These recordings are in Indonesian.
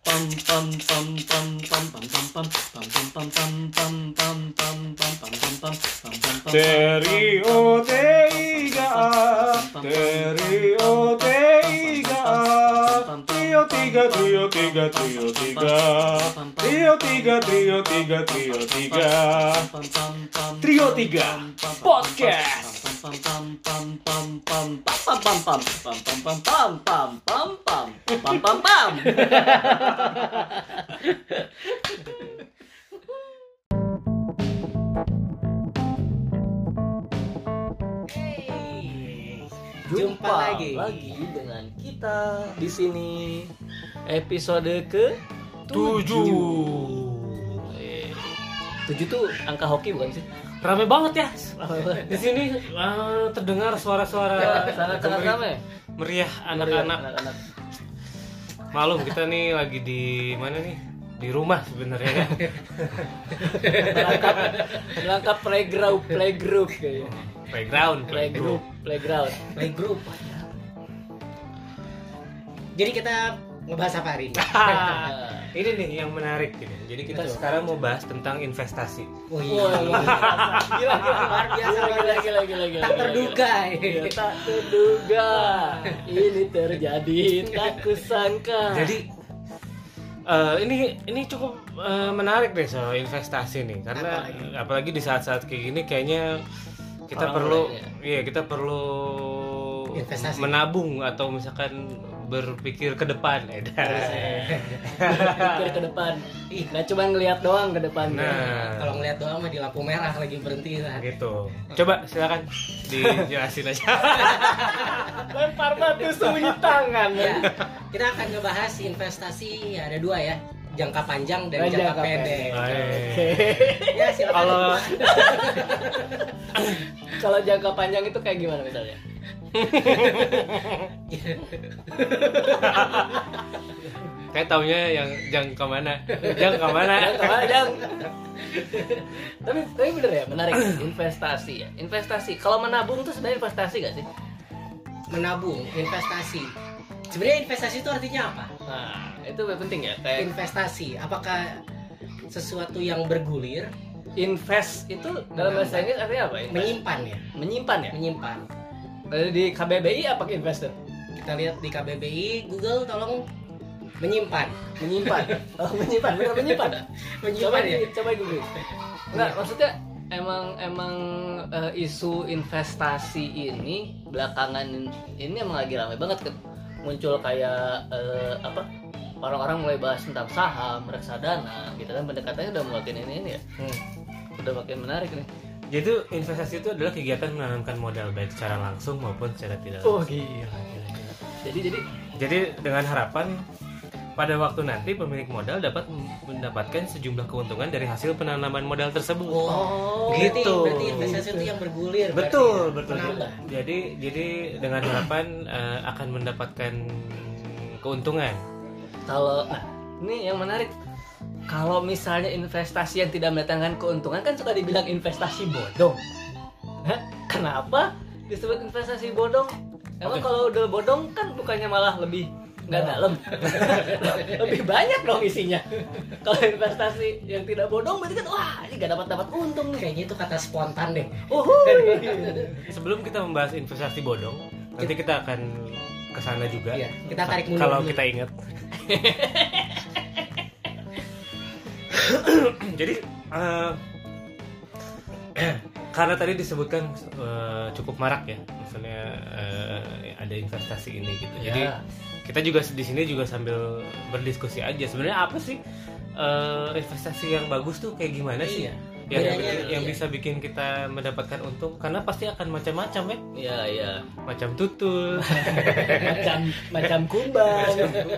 Stereo 3A, Stereo 3A, Trio 3, Trio 3, Trio 3, Trio 3, Trio 3, Trio 3, Trio 3 Podcast. Jumpa lagi dengan kita di sini episode ke-7. 7 tuh angka hoki bukan sih? Rame banget ya. Di sini terdengar suara-suara sangat rame. Meriah anak-anak. Malum kita nih lagi di mana nih? Di rumah sebenarnya ya. Melangkap playgroup kayaknya. Playgroup. Jadi kita ngebahas apa hari ini? Ini nih yang menarik ini. Jadi kita sekarang mau bahas tentang investasi. Oh iya. Gila luar biasa. Tak terduga. Tak terduga. Ini terjadi tak kusangka. Jadi ini cukup menarik deh soal investasi nih, karena apalagi di saat-saat kayak gini kayaknya kita perlu investasi, menabung atau misalkan berpikir ke depan. Berpikir ke depan. Nggak cuma ngelihat doang ke depan. Nah, kalau ngelihat doang mah di lampu merah lagi berhenti lah. Gitu. Coba silakan dijelasin aja. Lempar batu sembunyi tangan. Ya, kita akan ngebahas investasi ada dua ya. Jangka panjang dan jangka pendek. Ya, silakan. Kalau jangka panjang itu kayak gimana misalnya? Kayak taunya yang jangka mana. Tapi bener ya, menarik. Investasi ya. Investasi. Kalau menabung tuh sebenarnya investasi gak sih? Menabung, investasi. Sebenarnya investasi itu artinya apa? Nah, itu penting ya. Kayak investasi, apakah sesuatu yang bergulir? Invest itu dalam bahasa Inggris artinya apa? Menyimpan ya. Menyimpan. Di KBBI apa investor? Kita lihat di KBBI, Google tolong menyimpan. Oh, menyimpan. Menyimpan ya. Coba Google. Enggak, maksudnya emang isu investasi ini belakangan ini emang lagi ramai banget muncul kayak orang-orang mulai bahas tentang saham, reksadana gitu kan, pendekatannya udah makin ini ya. Udah makin menarik nih. Jadi investasi itu adalah kegiatan menanamkan modal baik secara langsung maupun secara tidak langsung. Oh gila. Jadi dengan harapan pada waktu nanti pemilik modal dapat mendapatkan sejumlah keuntungan dari hasil penanaman modal tersebut. Oh, gitu. Berarti investasi itu yang bergulir. Betul. Penambah. Jadi dengan harapan akan mendapatkan keuntungan. Ini yang menarik. Kalau misalnya investasi yang tidak mendatangkan keuntungan kan suka dibilang investasi bodong. Kenapa disebut investasi bodong? Emang kalau udah bodong kan bukannya malah lebih nggak dalam, lebih banyak dong isinya. Kalau investasi yang tidak bodong berarti kan wah ini nggak dapat untung nih. Kayaknya itu kata spontan deh. Sebelum kita membahas investasi bodong, nanti kita akan kesana juga. Iya, kita tarik mundur kalau dulu. Kita ingat. Jadi karena tadi disebutkan cukup marak ya, misalnya ada investasi ini gitu. Ya. Jadi kita juga di sini juga sambil berdiskusi aja. Sebenarnya apa sih investasi yang bagus tuh kayak gimana sih? Yang bisa bikin kita mendapatkan untung? Karena pasti akan macam-macam ya. Iya. Macam tutul, macam kumbang.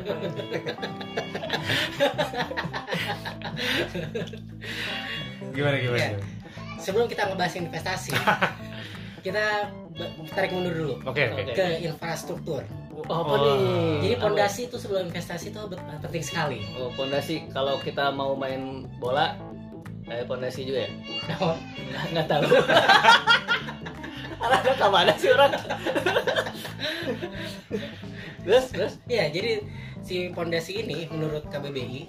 Gimana? Ya. Sebelum kita ngebahas investasi, kita tarik mundur dulu. Oke. Ke infrastruktur. Apa nih? Jadi pondasi itu sebelum investasi itu penting sekali. Oh, pondasi kalau kita mau main bola kayak pondasi juga ya? Nggak tahu. Arahnya kemana sih orang? Terus? Ya, jadi si pondasi ini menurut KBBI.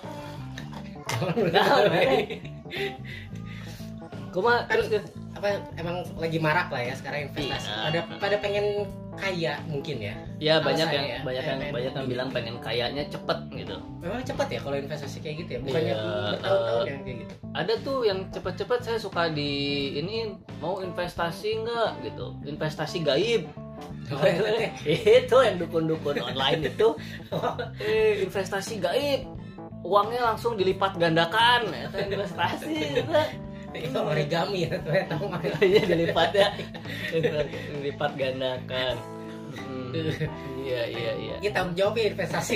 Kuma Kan terus apa emang lagi marak lah ya sekarang investasi. Iya. Pada pengen kaya mungkin ya. ya banyak Alasannya yang ya, banyak yang pengen banyak yang dulu. bilang pengen kayaknya cepet gitu. Memang cepat ya kalau investasi kayak gitu ya. Bukannya Iya, bertahun-tahun ya kayak gitu. Ada tuh yang cepet-cepet saya suka di ini mau investasi nggak gitu, investasi gaib. Oh, ya, Itu yang dukun-dukun online itu investasi gaib, uangnya langsung dilipat gandakan, itu investasi gitu. itu origami ya, tahu mah. Iya dilipat ya, dilipat gandakan. Iya. Kita tanggung jawab ya investasi.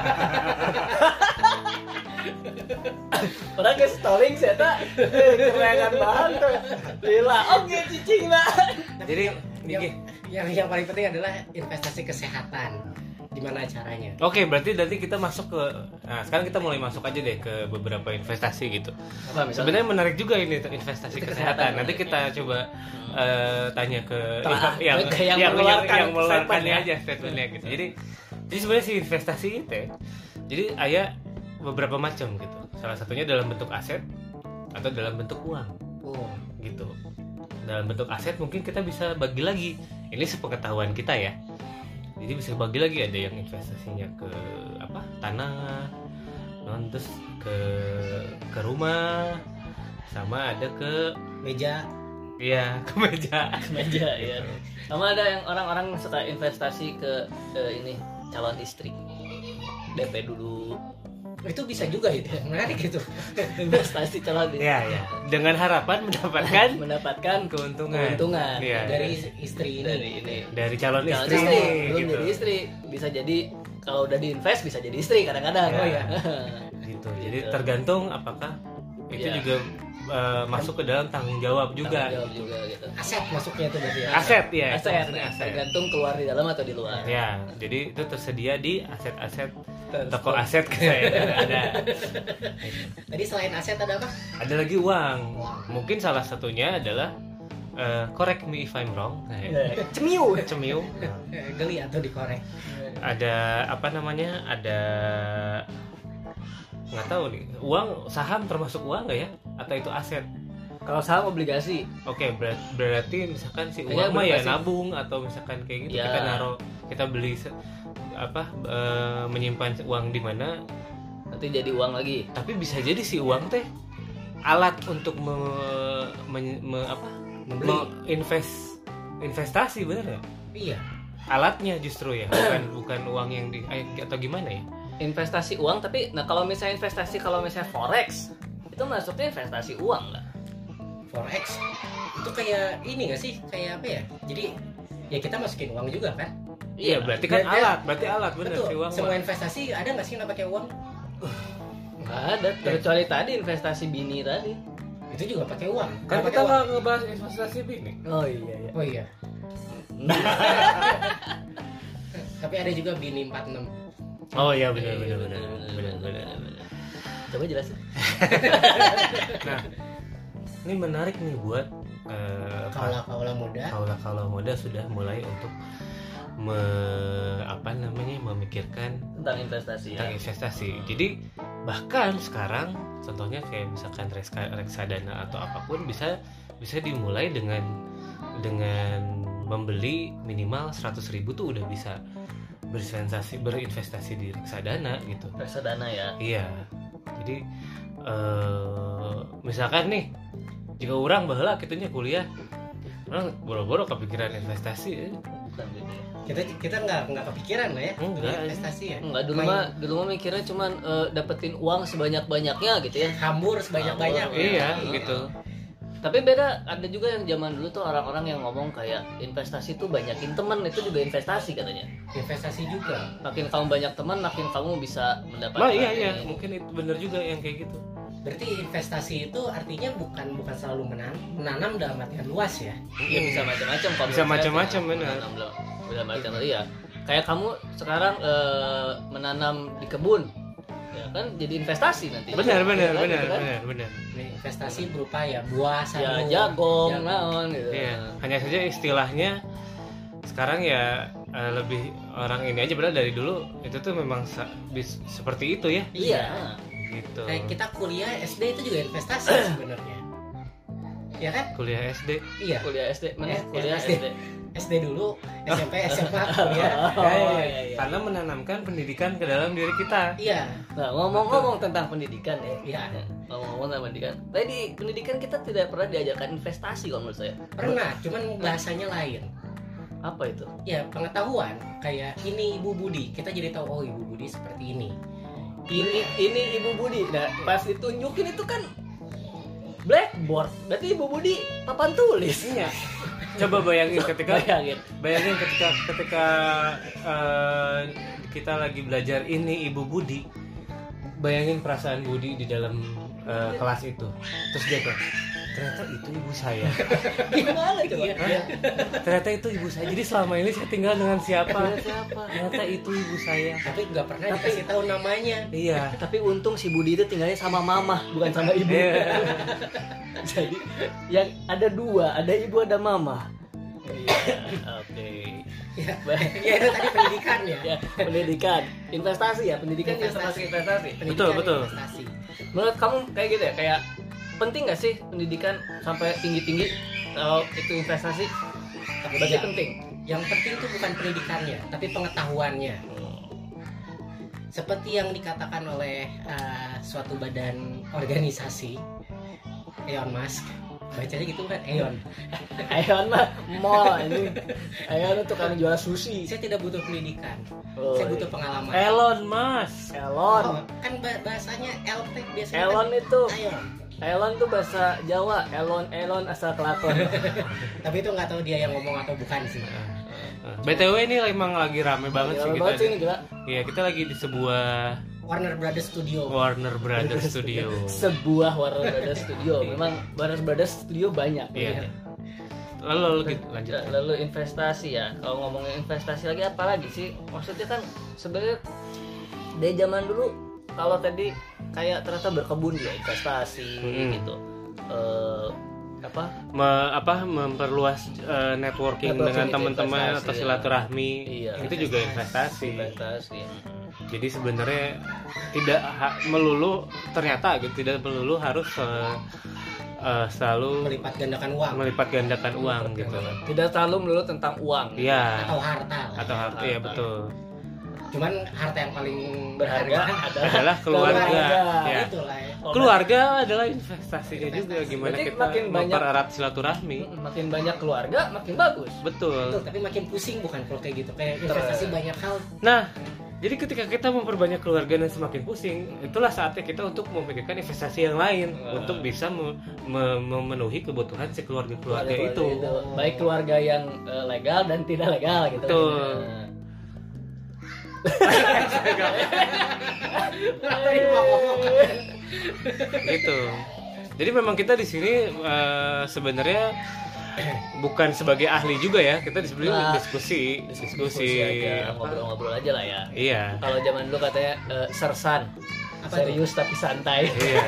Orang ke stalling saya tak kerengan bahan tuh. Lila, oke cicing lah. Jadi yang paling penting adalah investasi kesehatan. Gimana caranya? Oke, berarti nanti kita masuk ke, nah sekarang kita mulai masuk aja deh ke beberapa investasi gitu. Apa misalnya? Sebenarnya menarik juga ini investasi Itu kesehatan. kesehatan. Nanti kita coba tanya ke yang mengeluarkannya statement, aja statementnya gitu. Jadi sebenarnya si investasi itu, jadi ada beberapa macam gitu. Salah satunya dalam bentuk aset atau dalam bentuk uang. Oh. Gitu. Dalam bentuk aset mungkin kita bisa bagi lagi. Ini sepengetahuan kita ya. Jadi bisa bagi lagi, ada yang investasinya ke apa? Tanah, terus ke rumah, sama ada ke Meja. iya, ke meja. Meja ya. Sama ada yang orang-orang suka investasi ke ini calon istri. DP dulu. Itu bisa juga itu. Menarik itu. Investasi calon istri. Iya. Dengan harapan mendapatkan keuntungan. Iya. Dari istri ini. Dari ini. Dari calon Calon istri. istri, belum Gitu. jadi istri. Bisa jadi kalau udah diinvest bisa jadi istri kadang-kadang. Ya. Oh ya. Gitu. Jadi tergantung apakah itu Iya. juga masuk ke dalam tanggung jawab juga. Tanggung jawab juga gitu. Aset masuknya tuh berarti ya. Aset ya. itu Aset, maksudnya aset. tergantung keluar di dalam atau di luar. Ya, jadi itu tersedia di aset-aset toko aset saya ada. Tadi selain aset ada apa? Ada lagi uang. Mungkin salah satunya adalah correct me if I'm wrong. Cemiu. Cemiu. Geli atau dikorek. Ada apa namanya? Ada nggak tahu nih. Uang saham termasuk uang nggak ya? Atau itu aset? Kalau saham obligasi. Oke, berarti misalkan si Iya, uang mah ya berarti- nabung atau misalkan kayak gitu Iya. kita naruh, kita beli menyimpan uang di mana. Nanti jadi uang lagi. Tapi bisa jadi si uang teh alat untuk investasi, bener ya? Iya. Alatnya justru ya, bukan uang yang atau gimana ya? Investasi uang, tapi nah kalau misalnya investasi, kalau misalnya forex itu masuknya investasi uang nggak? Forex itu kayak ini nggak sih? Kayak apa ya? Jadi ya kita masukin uang juga kan? Iya, berarti kan Berarti- alat bener Betul. si uang. Semua mah. investasi ada nggak sih nggak pakai uang? Nggak ada, kecuali tadi investasi bini tadi. Itu juga pakai uang. Kan Nggak kita pakai uang. nggak ngebahas investasi bini. Oh iya. Oh iya. Tapi ada juga bini 46. Oh iya benar. Coba jelasin. Nah, ini menarik nih buat Kaula muda. kaula muda sudah mulai untuk memikirkan Tentang investasi ya. tentang investasi. Jadi bahkan sekarang contohnya kayak misalkan reksadana atau apapun bisa dimulai dengan membeli minimal 100.000 tuh udah bisa berinvestasi di reksadana gitu. Reksadana ya. Iya. Jadi misalkan nih jika orang baheula kitunya kuliah, orang boro-boro kepikiran investasi. Bukan gitu ya. Kita nggak kepikiran lah ya Enggak. investasi ya. Enggak, dulu mah mikirnya cuman dapetin uang sebanyak-banyaknya gitu ya. Hambur sebanyak-banyak. Hambur. Iya, Heeh. gitu. Tapi beda, ada juga yang zaman dulu tuh orang-orang yang ngomong kayak investasi tuh banyakin teman, itu juga investasi katanya. Investasi juga. Makin kamu banyak teman, makin kamu bisa mendapatkan. Nah, iya, ini. mungkin itu bener juga yang kayak gitu. Berarti investasi itu artinya bukan selalu menanam dalam artian luas ya. Iya bisa macam-macam. Kalau Bisa menurut saya, macam-macam, benar. menanam bisa macam iya. Kayak kamu sekarang menanam di kebun, ya kan jadi investasi nanti. Benar. Ini investasi berupa ya buah, Ya sayur, jagung, naon gitu. Iya, hanya saja istilahnya sekarang ya lebih orang ini aja, padahal dari dulu itu tuh memang seperti itu ya. Iya. Gitu. Kayak kita kuliah SD itu juga investasi sebenarnya. Ya kan? Kuliah SD. Iya. Kuliah SD, mana? Kuliah SD. SD. SD dulu, SMP, SMA, kuliah. Iya. Karena menanamkan pendidikan ke dalam diri kita. Iya. Nah, ngomong-ngomong tentang pendidikan ya. Iya. Ngomong-ngomong tentang pendidikan. Tadi di pendidikan kita tidak pernah diajarkan investasi kalau menurut saya. Pernah, cuman bahasanya lain. Apa itu? Ya, pengetahuan kayak ini Ibu Budi. Kita jadi tahu oh Ibu Budi seperti ini. Ini Ibu Budi. Nah, pas ditunjukin itu kan blackboard. Berarti Ibu Budi papan tulis. Iya. Coba bayangin ketika ketika kita lagi belajar ini Ibu Budi, bayangin perasaan Budi di dalam kelas itu. Terus dia bilang, ternyata itu ibu saya. Gimana coba? Ternyata itu ibu saya. Jadi selama ini saya tinggal dengan siapa? Ternyata itu ibu saya. Tapi nggak pernah dikasih tahu namanya. Iya. Tapi untung si Budi itu tinggalnya sama mama, bukan sama ibu. Jadi yang ada dua, ada ibu ada mama. Iya, oke. Ya itu tadi pendidikan ya. Ya, pendidikan, investasi ya, pendidikan juga termasuk investasi. Betul. Investasi. Menurut kamu kayak gitu ya, kayak penting nggak sih pendidikan sampai tinggi-tinggi kalau itu investasi? Berarti penting. Yang penting tuh bukan pendidikannya, tapi pengetahuannya. Seperti yang dikatakan oleh suatu badan organisasi, Elon Musk. Bacanya gitu kan, Elon. Elon mah mall ini. Elon tuh kan jual sushi. Saya tidak butuh pendidikan. Oh, Saya butuh pengalaman. Elon Musk. Elon. Kan bahasanya Eltek biasanya. Elon kan itu. Elon. Elon tuh bahasa Jawa. Elon asal kelakon. Tapi itu nggak tahu dia yang ngomong atau bukan sih. BTW ini emang lagi rame banget sih kita. Ini gila. Iya, kita lagi di sebuah Warner Brothers Studio. Sebuah Warner Brothers Studio. Memang Warner Brothers Studio banyak. Iya. Lalu gitu, lanjut. Lalu investasi ya. Kalau ngomongin investasi lagi apa lagi sih? Maksudnya kan sebenarnya dari zaman dulu kalau tadi kayak ternyata berkebun juga investasi gitu. Memperluas networking dengan teman-teman atau silaturahmi. Iya. Itu juga investasi. Jadi sebenarnya tidak ternyata tidak melulu harus selalu melipat gandakan uang gitu. Tidak selalu melulu tentang uang. Iya. Atau harta. Iya betul. Cuman harta yang paling berharga adalah keluarga. Ya. Itulah ya. Keluarga adalah investasinya juga. Gimana berarti kita mempererat silaturahmi. Makin banyak keluarga, makin bagus. Betul. Tapi makin pusing bukan kalau kayak gitu. Kayak investasi banyak hal. Nah, jadi ketika kita memperbanyak keluarga dan semakin pusing, itulah saatnya kita untuk memikirkan investasi yang lain untuk bisa memenuhi kebutuhan si keluarga itu. Baik keluarga yang legal dan tidak legal gitu. Betul. Gitu. Jadi memang kita di sini sebenarnya bukan sebagai ahli juga ya, kita sebenarnya diskusi aja, ngobrol-ngobrol aja lah ya. Iya. Kalau zaman dulu katanya sersan, serius tapi santai. Iya.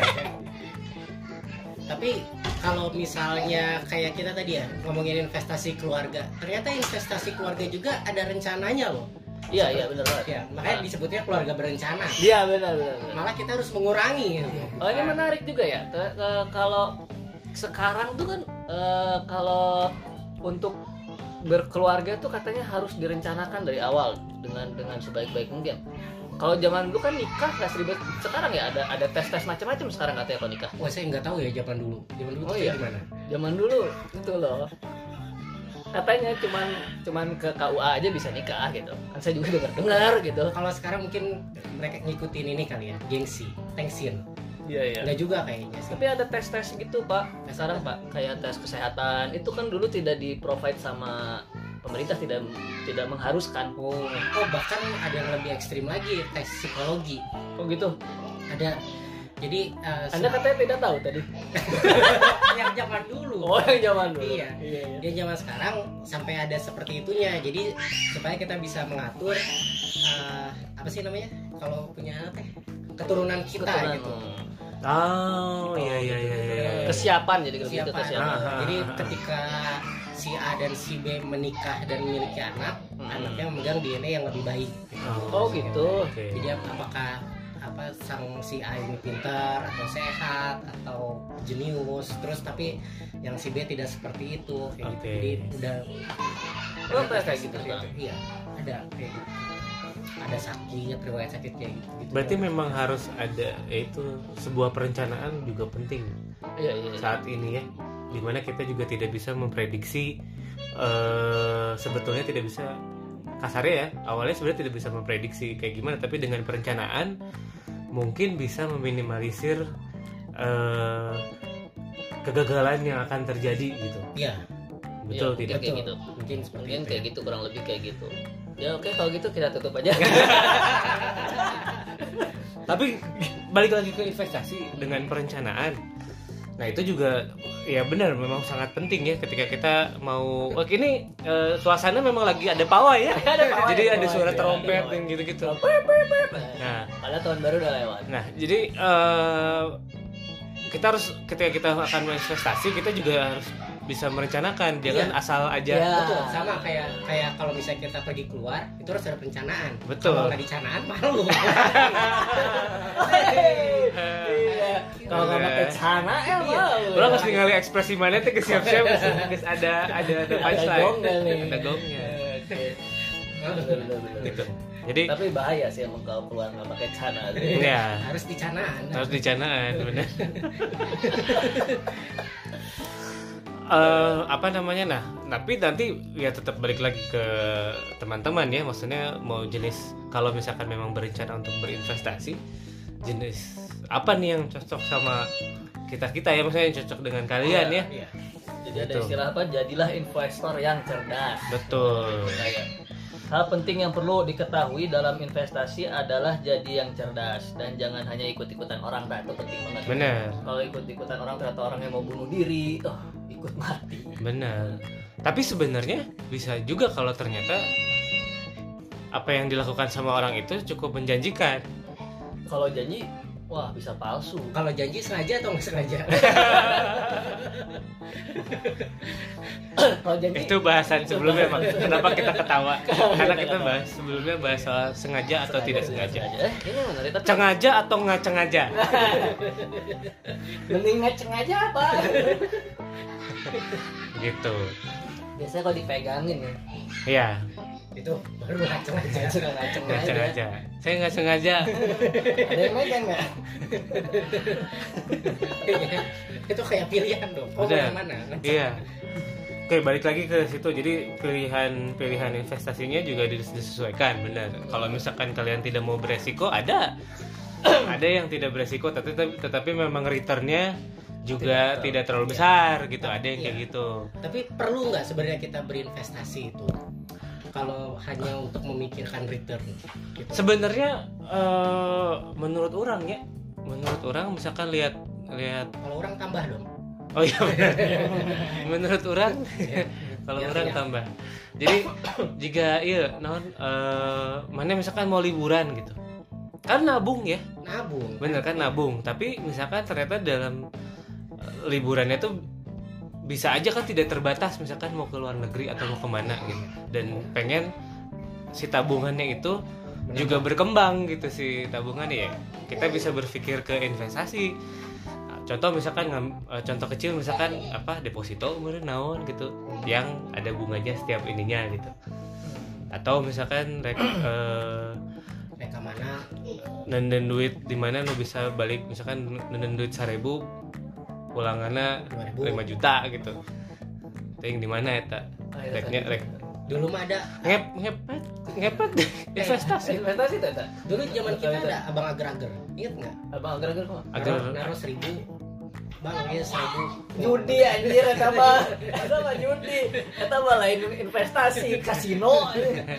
Tapi kalau misalnya kayak kita tadi ya ngomongin investasi keluarga, ternyata investasi keluarga juga ada rencananya loh. Iya benar banget. Ya, makanya disebutnya keluarga berencana. Iya benar. Malah kita harus mengurangi. Oh ini menarik juga ya. Kalau sekarang tuh kan kalau untuk berkeluarga tuh katanya harus direncanakan dari awal dengan sebaik-baik mungkin. Kalau zaman dulu kan nikah nggak seribet sekarang ya, ada tes macam-macam sekarang katanya kalau nikah. Wah saya nggak tahu ya zaman dulu. Zaman dulu iya. Gimana? Zaman dulu itu loh. Katanya cuman ke KUA aja bisa nikah gitu. Kan saya juga dengar gitu. Kalau sekarang mungkin mereka ngikutin ini kali ya, gengsi, tengsin. Iya. Nggak juga kayaknya sih. Tapi ada tes gitu Pak. Sekarang Pak kayak tes kesehatan itu kan dulu tidak di provide sama pemerintah, tidak mengharuskan. Oh bahkan ada yang lebih ekstrim lagi, tes psikologi. Oh gitu. Ada. Jadi Anda katanya tidak tahu tadi. Yang zaman dulu. Oh yang zaman dulu. Iya. Dia zaman sekarang sampai ada seperti itunya. Jadi supaya kita bisa mengatur apa sih namanya kalau punya anak keturunan kita gitu. Oh iya. Kesiapan jadi kesiapan. kesiapan. Jadi ketika si A dan si B menikah dan memiliki anak, anaknya memegang DNA yang lebih baik. Oh gitu. Oke. Jadi apakah sang si A ini pintar atau sehat atau jenius, terus tapi yang si B tidak seperti itu kayak gitu. Oke. Jadi udah Oh, kayak gitu seperti kan. itu. Iya, ada kayak gitu. Ada sakitnya, riwayat sakit kayak gitu. Berarti memang harus ada, yaitu sebuah perencanaan juga penting Iya. saat ini ya, dimana kita juga tidak bisa memprediksi, sebetulnya tidak bisa, kasarnya ya, awalnya sebenarnya tidak bisa memprediksi kayak gimana, tapi dengan perencanaan mungkin bisa meminimalisir kegagalan yang akan terjadi gitu. Iya, Betul Iya, tidak? kayak gitu. mungkin seperti Mungkin itu. kayak gitu, kurang lebih kayak gitu. Ya oke, kalau gitu kita tutup aja. Tapi balik lagi ke investasi dengan perencanaan. Nah itu juga ya benar, memang sangat penting ya ketika kita mau. Wah ini suasana memang lagi ada pawai ya. Ada pawai, Jadi ada ada pawai, suara ada trompet pawai. yang gitu-gitu. Nah, Padahal tahun baru udah lewat. nah jadi kita harus ketika kita akan berinvestasi kita juga harus bisa merencanakan, jangan Iya. asal aja. Iya. Betul, sama kayak kalau misalnya kita pergi keluar itu harus ada perencanaan. Betul. Kalau nggak dicanaan malu. Iya. Kalau nggak pakai celana ya Iya. malu. Ulah pasti ngali ekspresi mana teh siap-siap geus ada punchline. gongnya nih. Ada gongnya. Oke. Bener. Gitu. Jadi Tapi bahaya sih emang kalau keluar nggak pakai celana. ya Harus dicanaan. harus dicanaan benar. Apa namanya, nah tapi nanti ya tetap balik lagi ke teman-teman ya, maksudnya mau jenis, kalau misalkan memang berencana untuk berinvestasi, jenis apa nih yang cocok sama kita ya, maksudnya yang cocok dengan kalian ya. Iya. Jadi ada Betul. istilah apa? Jadilah investor yang cerdas. Betul. Kayak hal penting yang perlu diketahui dalam investasi adalah jadi yang cerdas dan jangan hanya ikut-ikutan orang. Itu penting banget. Benar. Kalau ikut-ikutan orang ternyata orang yang mau bunuh diri, ikut mati. Benar. Tapi sebenarnya bisa juga kalau ternyata apa yang dilakukan sama orang itu cukup menjanjikan. Kalau janji, wah bisa palsu. Kalau janji sengaja atau nggak sengaja? Kalau janji Itu bahasan sebelumnya, Pak. Kenapa kita ketawa? Karena kita bahas sebelumnya bahas soal sengaja atau tidak sengaja. Ini menarik tapi Cengaja atau nggak sengaja? mending sengaja apa? Gitu. Biasanya kalau dipegangin ya. Iya, Itu baru ngaceng aja. nggak Sengaja. sengaja. Saya nggak sengaja. Ada yang megang nggak? Itu kayak pilihan dong. Oh, Udah. yang mana? Iya. Oke, balik lagi ke situ. Jadi pilihan investasinya juga disesuaikan, benar. Kalau misalkan kalian tidak mau beresiko, ada yang tidak beresiko, tetapi memang returnnya juga tidak terlalu besar gitu. Ada yang kayak Iya. gitu. Tapi perlu nggak sebenarnya kita berinvestasi itu? Kalau hanya untuk memikirkan return gitu. Sebenarnya menurut orang misalkan lihat Kalau orang tambah dong. oh iya benar. Menurut orang kalau Iya, orang iya. tambah. Jadi jika mana misalkan mau liburan gitu. Kan nabung ya. Nabung. Bener kan nabung, tapi misalkan ternyata dalam liburannya tuh bisa aja kan tidak terbatas, misalkan mau ke luar negeri atau mau kemana gitu, dan pengen si tabungannya itu juga berkembang gitu, si tabungannya ya kita bisa berpikir ke investasi. Contoh misalkan contoh kecil misalkan apa deposito kemudian naon gitu yang ada bunganya setiap ininya gitu, atau misalkan Mereka mana? nenden duit di mana lu bisa balik, misalkan nenden duit 1.000 ulangannya 2.000. 5 juta gitu. Ting di mana eta? Reknya Dulu mah ada. ngepet investasi. Investasi tuh, tak? Dulu zaman kita ada abang agar-agar. Ingat nggak? Abang agar-agar kok. Naruh 1.000. Bang, ya 1.000. Judi anjir eta mah. Eta mah judi. Eta mah lain investasi, kasino.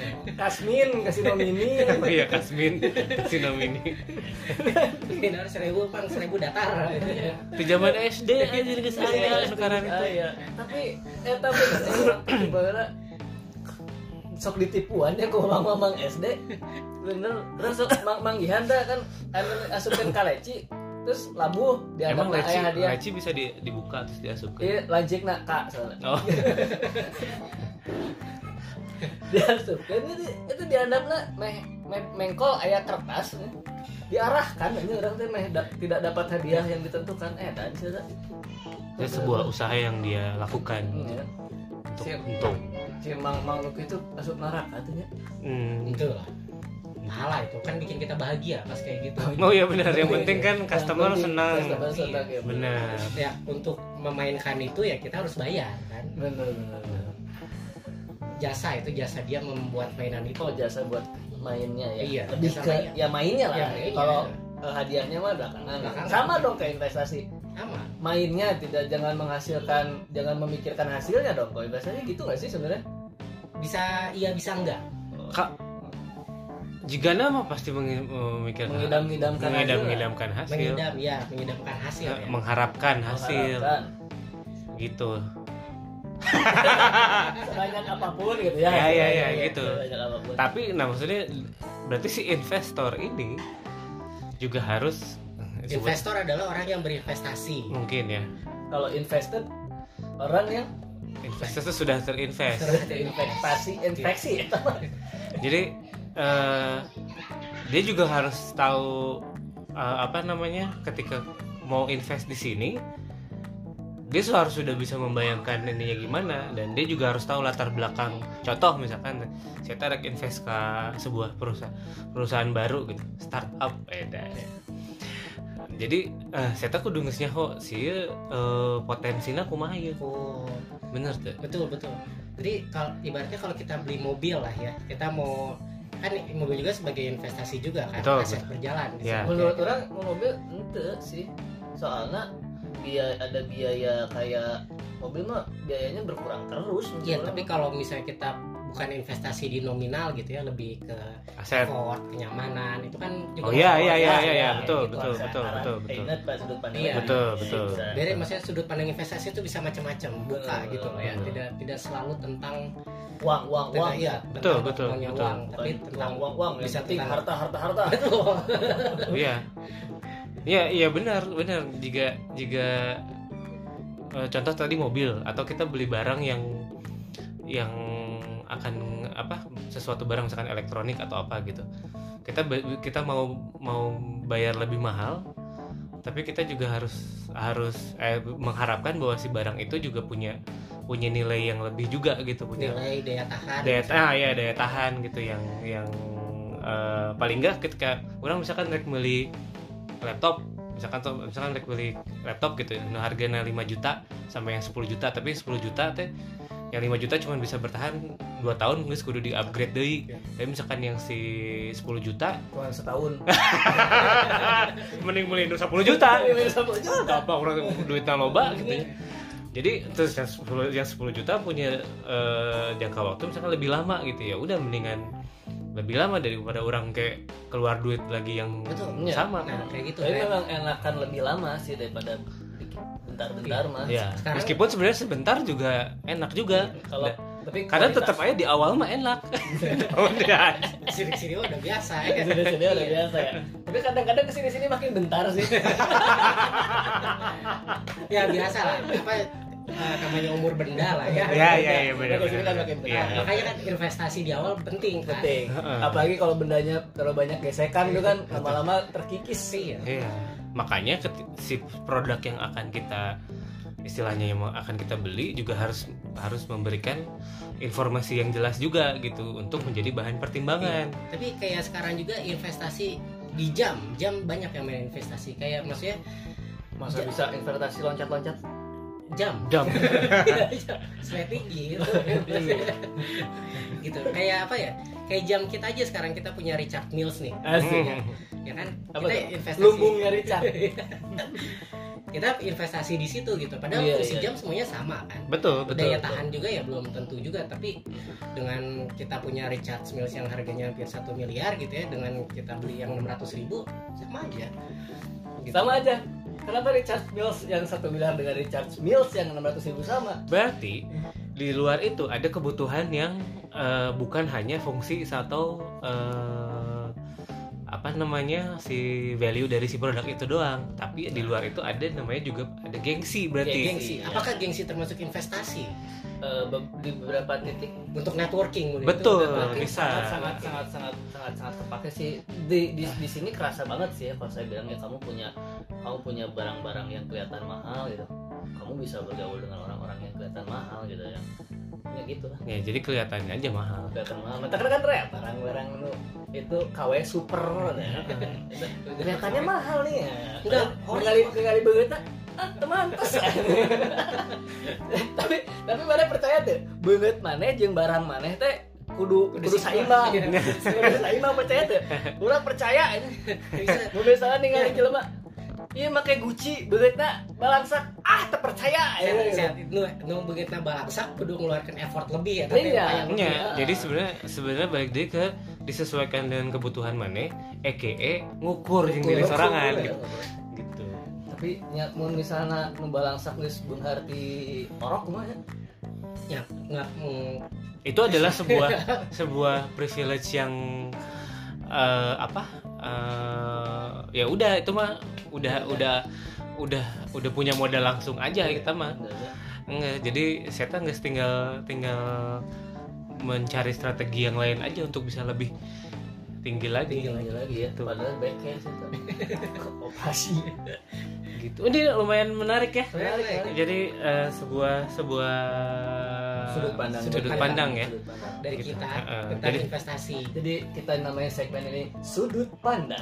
Kasino mini. Oh iya Kasmin, Kasino Mini. Naruh 1.000, Bang, 1.000 datar. Di zaman SD anjir geus aya sekarang itu. Iya. Tapi eta bener sok ditipuan ya ku mamang SD. Bener. Terus sok manggihan dah kan asupkeun kaleci. terus labuh Emang dianggap aya hadiah. leci bisa dibuka terus diasupkan. Iya, lanjutna Kak soalnya. Oh. Diasupkan itu dianggapna mengkol aya kertas diarahkan ini orang teh tidak dapat hadiah yang ditentukan dan sudah. Itu sebuah usaha yang dia lakukan Iya. untuk Si makhluk itu masuk neraka katanya. Itu lah. Pahala itu kan bikin kita bahagia pas kayak gitu. Oh iya benar, yang penting kan customer senang. Customer senang ya. Benar. Ya untuk memainkan itu ya kita harus bayar kan. Benar. Jasa dia membuat mainan itu. Oh, jasa buat mainnya ya. Iya, Lebih jasa ke mainnya. ya mainnya lah. Ya, mainnya. Kalau hadiahnya mah belakangan. Sama dong kayak investasi. Sama. Mainnya jangan memikirkan hasilnya dong. Kalau investasi gitu nggak sih sebenarnya? Bisa iya bisa enggak. Kak, jika nama pasti memikirkan Mengidam-idamkan hasil, Mengidamkan hasil ya. mengharapkan hasil, gitu. Sebanyak apapun gitu ya. Ya, gitu. Sebanyak apapun. Tapi, maksudnya berarti si investor ini juga harus Investor adalah orang yang berinvestasi. mungkin ya. Kalau invested orang yang Investor itu sudah terinvest. infeksi itu. Jadi dia juga harus tahu ketika mau invest di sini dia harus sudah bisa membayangkan ininya gimana, dan dia juga harus tahu latar belakang. Contoh misalkan saya tarik invest ke sebuah perusahaan baru gitu, startup jadi saya tak kudu ngesnya kok sih potensinya kumaha ya. Oh, bener tuh. betul. Jadi ibaratnya kalau kita beli mobil lah ya, kita mau kan mobil juga sebagai investasi juga kan, Betul, aset berjalan. Ya. Menurut orang mobil ente sih, soalnya ada biaya kayak mobil mah biayanya berkurang terus. Iya, tapi kalau misalnya kita bukan investasi di nominal gitu ya, lebih ke Aset. effort, kenyamanan, itu kan juga. Oh iya, gitu, betul. Ingat pak sudut pandang. Iya. Betul. Dari maksudnya sudut pandang investasi itu bisa macam-macam, buka gitu loh ya. Tidak selalu tentang uang. Iya, Betul. uangnya Betul. uang, tapi tentang uang bisa penting tentang harta. Iya benar. Jika contoh tadi mobil atau kita beli barang yang akan sesuatu barang misalkan elektronik atau apa gitu. Kita mau bayar lebih mahal, tapi kita juga harus mengharapkan bahwa si barang itu juga punya nilai yang lebih juga gitu, punya nilai daya tahan. Daya tahan gitu yang paling enggak ketika orang misalkan beli laptop, misalkan beli laptop gitu, harganya 5 juta sampai yang 10 juta, tapi 10 juta teh yang 5 juta cuma bisa bertahan 2 tahun, nggak kudu di upgrade deui. Tapi misalkan yang si 10 juta Cuma setahun. mending beli 10 juta. Apa orang duitnya loba gitu ya. Jadi terus yang 10 juta punya jangka waktu misalkan lebih lama gitu ya. Udah mendingan lebih lama daripada orang kayak keluar duit lagi yang Betul, sama. Nah, kayak gitu. Tapi memang enakan lebih lama sih daripada bentar-bentar mah. Ya, Sekarang- meskipun sebenarnya sebentar juga enak juga. Kalau tapi Karena tetap aja di awal mah enak. Udah. Sini udah biasa ya kan. kesini udah biasa ya. Tapi kadang-kadang kesini makin bentar sih. Ya biasa lah. Namanya umur benda lah ya. Iya benar. Kesini kan makin bentar. Iya. Makanya kan investasi di awal penting kan. Penting. Apalagi kalau bendanya terlalu banyak gesekan itu kan lama-lama terkikis sih. Iya. Makanya si produk yang akan kita istilahnya yang akan kita beli juga harus memberikan informasi yang jelas juga gitu untuk menjadi bahan pertimbangan. Iya. Tapi kayak sekarang juga investasi di jam banyak yang main investasi, kayak maksudnya Masa bisa investasi loncat-loncat? jam strategi gitu. Gitu kayak apa ya, kayak jam kita aja sekarang kita punya Richard Mills nih, Asik. ya kan, Apa kita tuh? investasi Lumbungnya Richard. kita investasi di situ gitu, padahal Iya, fungsi iya. jam semuanya sama kan. Betul. Daya tahan juga ya belum tentu juga, tapi dengan kita punya Richard Mills yang harganya hampir 1 miliar gitu ya, dengan kita beli yang 600.000 sama aja gitu. Sama aja. Kenapa Richard Mills yang 1 miliar dengan Richard Mills yang 600.000 sama? Berarti di luar itu ada kebutuhan yang bukan hanya fungsi atau namanya si value dari si produk itu doang, tapi di luar itu ada namanya juga ada gengsi berarti. Gengsi. Apakah gengsi termasuk investasi? Di beberapa titik Untuk networking mungkin Betul, itu networking. bisa. sangat kepake sih di sini kerasa banget sih ya kalau saya bilang ya kamu punya barang-barang yang kelihatan mahal gitu, kamu bisa bergaul dengan orang-orang yang kelihatan mahal gitu ya gitu lah. Ya jadi kelihatannya aja mahal. Kelihatan mahal, mata kan rep barang-barang itu KW super ya. Kelihatannya mahal nih ya. Enggak, kali banget teman terus. tapi mana percaya tuh banget mana jeung barang mana teh kudu saimbang. Kudu saimbang percaya tuh. Urang percaya Bisa. mun misalnya ningali jelema ieu make Gucci beungeutna balangsak teu percaya. Sehat nu begitu balangsak kudu ngeluarkan effort lebih ya tapi Iya. yang lebih. Ya, jadi sebenarnya balik deh ke disesuaikan dengan kebutuhan mana, ngukur jeung diri sorangan gitu. Gitu. Tapi nya mun misalnya nu balangsak geus beunghar di orok kumaha ya? Ya enggak Itu adalah sebuah privilege yang ya udah itu mah udah punya modal langsung aja kita mah. Enggak, jadi saya nggak tinggal mencari strategi yang lain aja untuk bisa lebih tinggi lagi ya. Tuh. Padahal backhand sih. Operasi. Gitu. Ini lumayan menarik ya. Menarik. Jadi sebuah Sudut pandang. sudut pandang ya. Sudut pandang. dari Gitu. kita tentang Jadi- investasi. Jadi kita namanya segmen ini sudut pandang.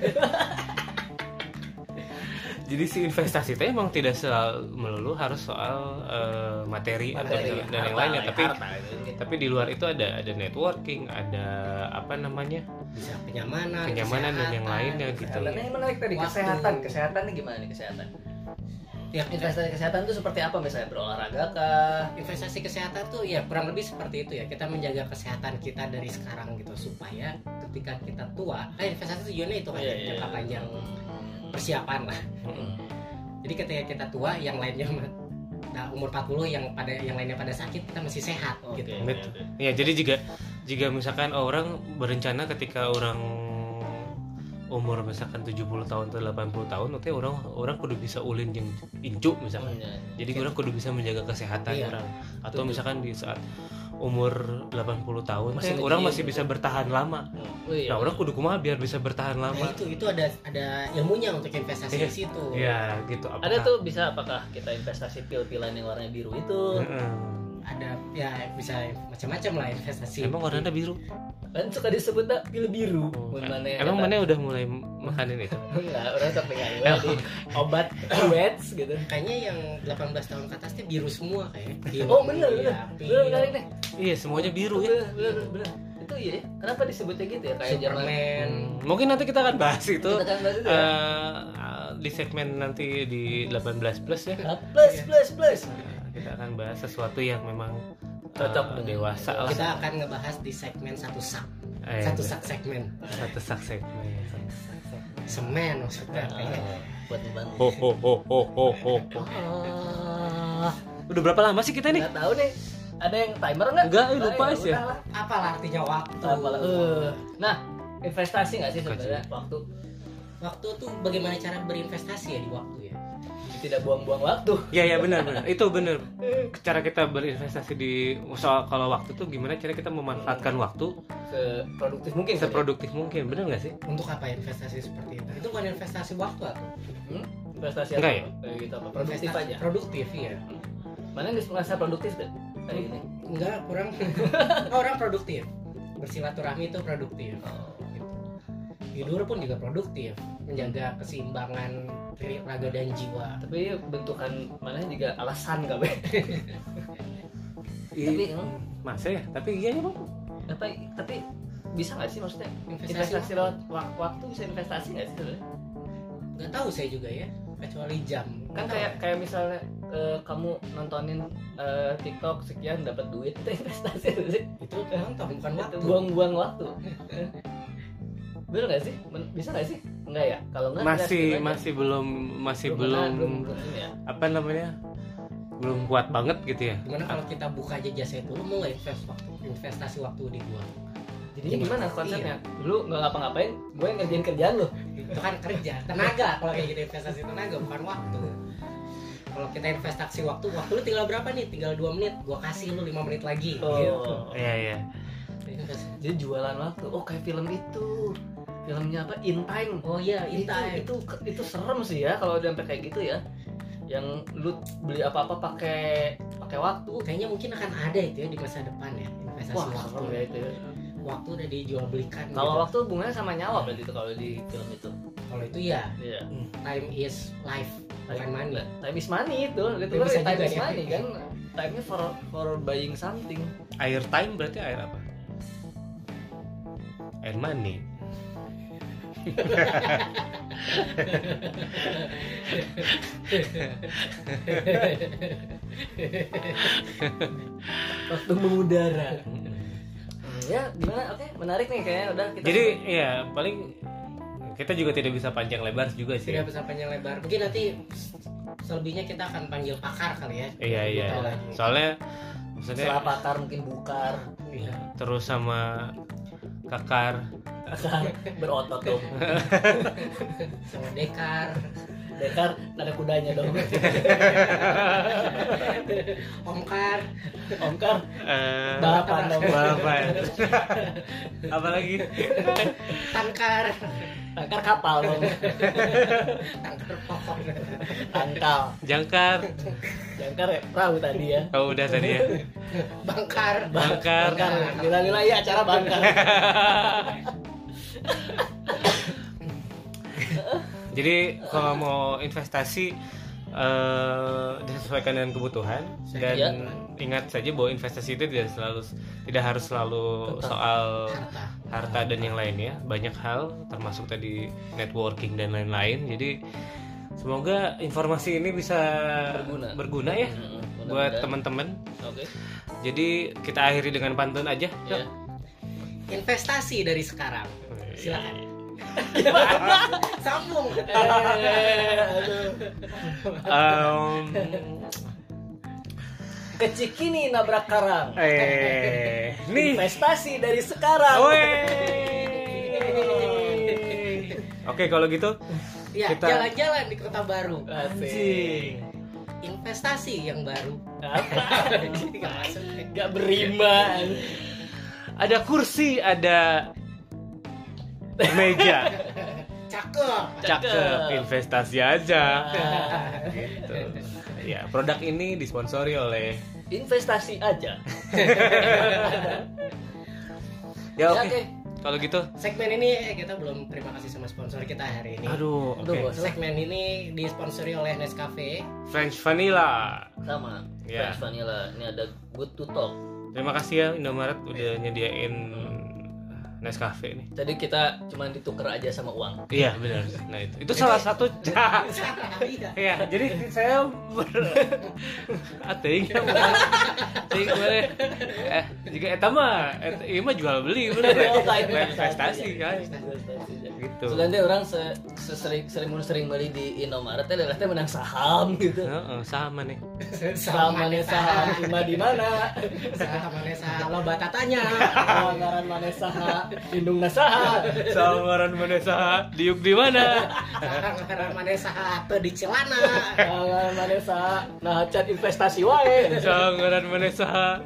Jadi si investasi itu emang tidak selalu melulu harus soal materi atau dan yang lainnya, tapi di luar itu ada networking, ada apa namanya, Bisa kenyamanan dan yang lainnya gitu. Kesehatan ini menarik tadi. Waktu. Kesehatan ini gimana nih kesehatan? Ya, Investasi kesehatan itu seperti apa misalnya berolahraga kah? investasi kesehatan tuh ya kurang lebih seperti itu ya, kita menjaga kesehatan kita dari sekarang gitu supaya ketika kita tua investasi tujuannya itu kan jangka panjang persiapan lah. Jadi ketika kita tua yang lainnya umur 40 yang lainnya pada sakit kita masih sehat gitu. Betul. Ya, jadi jika misalkan orang berencana ketika orang umur misalkan 70 tahun atau 80 tahun nanti orang kudu bisa ulin yang incu misalkan. Jadi orang kudu bisa menjaga kesehatan Iya. orang. Atau misalkan di saat umur 80 tahun Masih orang kecil, masih bisa bertahan lama. Nah, orang kudu kumaha biar bisa bertahan lama. Nah itu ada ilmunya untuk investasi di situ. Ya, gitu. Ada tuh bisa apakah kita investasi pil-pilan yang warnanya biru itu? Ada ya bisa macam-macam lah investasi. Emang warnanya biru? Kan suka disebut pil biru. Emang mana udah mulai makanin itu? Enggak, orang sok dengar di obat wets gitu. Kayaknya yang 18 tahun ke atas tuh biru semua kayak. Biru, Oh bener ya, menarik deh. Iya, semuanya biru ya. Bener. Itu iya ya. Kenapa disebutnya gitu ya? Kayak zaman Superman. Mungkin nanti kita akan bahas itu kita kan baru ya. di segmen nanti di 18 plus ya. Plus. Kita akan bahas sesuatu yang memang Cocok dengan dewasa lah. Kita akan ngebahas di segmen satu sak segmen. Satu sak segmen. Semen maksudnya. Buat membantu. Ho. Udah berapa lama sih kita nih? Nggak tahu nih. Ada yang timer nggak? Enggak, lupa ya sih. udahlah. Apalah artinya waktu? Apalah. Nah, investasi nggak sih sebenarnya waktu? Waktu tuh bagaimana cara berinvestasi ya di waktu ya? Tidak buang-buang waktu. Ya benar. Itu benar. Cara kita berinvestasi di soal kalau waktu tuh gimana cara kita memanfaatkan waktu Seproduktif mungkin. seproduktif mungkin. Benar nggak sih? Untuk apa investasi seperti itu? Itu bukan investasi waktu atau? Investasi Enggak apa? ya? Kayak gitu apa? Produktif Investasi aja. Produktif ya. Mana nggak merasa produktif deh? Kayak gini. Enggak, kurang. Orang produktif. Bersilaturahmi itu produktif. Gitu. Tidur pun juga produktif, menjaga keseimbangan raga dan jiwa. Tapi bentukan mana juga alasan gak be? Tapi Masa ya? Tapi iya ya, Bang. tapi bisa nggak sih maksudnya Investasi investasi lewat waktu bisa investasi nggak sih sebenarnya? Nggak tahu saya juga ya, kecuali jam. Kan kayak misalnya kamu nontonin TikTok sekian dapat duit itu investasi sih. itu nonton bukan waktu. Itu buang-buang waktu. Bener nggak sih? Bisa nggak sih? Enggak ya? Kalau nggak masih belum ini ya. apa namanya? Belum kuat banget gitu ya. Gimana kalau kita buka aja jasa itu, lu mau nggak investasi waktu di gua? Jadi gimana konsepnya? Lu nggak ngapa-ngapain, gue ngerjain kerjaan lu. Itu kan kerja, tenaga. Kalau kayak gitu investasi tenaga bukan waktu. Kalau kita investasi waktu lu tinggal berapa nih? Tinggal 2 menit, gua kasih lu 5 menit lagi. Gitu. Iya. Jadi jualan waktu. Oh kayak film itu. Filmnya apa? In Time. Oh iya, In Time. Itu serem sih ya kalau udah sampai kayak gitu ya. Yang lu beli apa-apa pakai waktu. Kayaknya mungkin akan ada itu ya di masa depan ya, investasi Wah, waktu. serem ya itu ya. Waktu udah dijual belikan. Kalau gitu. waktu hubungannya sama nyawa berarti itu kalau di film itu. Kalau itu ya, Iya. time is life, bukan money. Time is money itu. Itu Ya, kan bisa time juga is ya. money kan. Time-nya for buying something. Air time berarti air apa? Air money. Waktu mengudara. Ya gimana? Oke, menarik nih kayaknya udah kita. Jadi ya paling kita juga tidak bisa panjang lebar juga sih. Tidak bisa panjang lebar. Mungkin nanti selebihnya kita akan panggil pakar kali ya. Iya. Gitu lagi. Soalnya maksudnya setelah pakar mungkin bukar. iya, terus sama kakar. Berotot dong. Sama dekar, Dekar ada kudanya dong. omkar, Omkar balapan dong. Balapan. Apalagi tangkar, Tangkar kapal dong. tangkar pokok, Tangkal. jangkar. Jangkar ya, perahu tadi ya. Oh udah tadi ya. bangkar, Bangkar. Lila-lila ya acara bangkar. Jadi kalau mau investasi disesuaikan dengan kebutuhan dan Iya. ingat saja bahwa investasi itu tidak harus selalu Tentang soal harta. harta dan yang lainnya. Banyak hal termasuk tadi networking dan lain-lain. Jadi semoga informasi ini bisa berguna ya buat teman-teman. Oke. Jadi kita akhiri dengan pantun aja. Ya. Investasi dari sekarang. Silakan. Sambung. Kecikini nabrak karang. Nih. Investasi dari sekarang. Oke kalau gitu Ya, kita jalan-jalan di kota baru. Asik. Investasi yang baru. Apa? Nggak masuk. Gak beriman. ada kursi, ada meja. Cakep, investasi aja. Gitu. Ya, produk ini disponsori oleh Investasi aja. ya Ya, oke. Kalau gitu, Segmen ini kita belum terima kasih sama sponsor kita hari ini. aduh, Aduh, oke. Segmen ini disponsori oleh Nescafe. French vanilla. Sama. Ya. French vanilla. Ini ada good to talk. Terima kasih ya Indomaret udah nyediain Nescafe nih. Tadi kita cuma ditukar aja sama uang. Iya benar. Nah itu salah satu Iya. ya. Jadi saya ating ya bukan. Ting boleh. Jika eta mah ieu mah jual beli bener. Oh, lain Investasi kan. Gitu. Soalnya orang sering beli di Indomaret teh teh menang saham gitu. Heeh, sama nih. Sama nih saham cuma di mana? Sama Nesa loba tatanya. Anggaran mana saha? Lindung saha? Samaran mana saha? Diuk di mana? Karena Manesa teu di Celana. Anggaran mana saha? Nah, cat investasi wae. Samaran mana saha?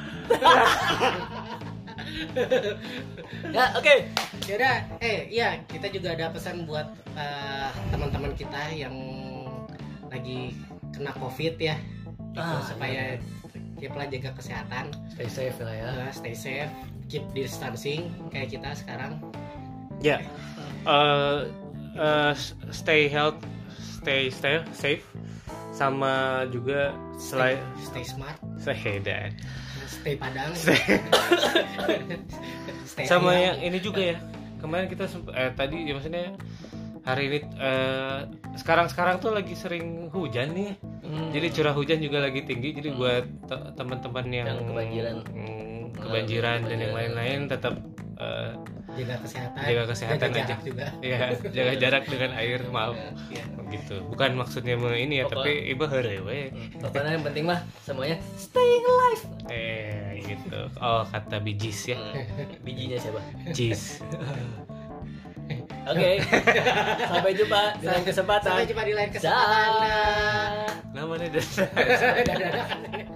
Ya, oke. Yaudah, iya kita juga ada pesan buat teman-teman kita yang lagi kena COVID ya, gitu, supaya keep lah jaga kesehatan, Stay safe lah ya. stay safe, keep distancing kayak kita sekarang. Ya. Stay health, stay safe, sama juga selain Stay smart, sehedan. stay padang, stay Sama ayam. yang ini juga ya. Kemarin kita tadi ya maksudnya hari ini sekarang tuh lagi sering hujan nih. Jadi curah hujan juga lagi tinggi. Jadi buat teman-teman yang kebanjiran dan yang lain-lain tetap jaga kesehatan, jaga kesehatan jaga aja. jarak juga. Iya, jaga jarak dengan air, maaf. Gitu. Bukan maksudnya ini ya, tapi ibu heureuy we. Pokoknya yang penting mah semuanya staying alive. Gitu. gitu. Oh, kata bijis ya. Bijinya siapa? Jis. Oke. Sampai jumpa di lain kesempatan. Sampai jumpa di lain kesempatan. Dah. Namanya udah Dadah.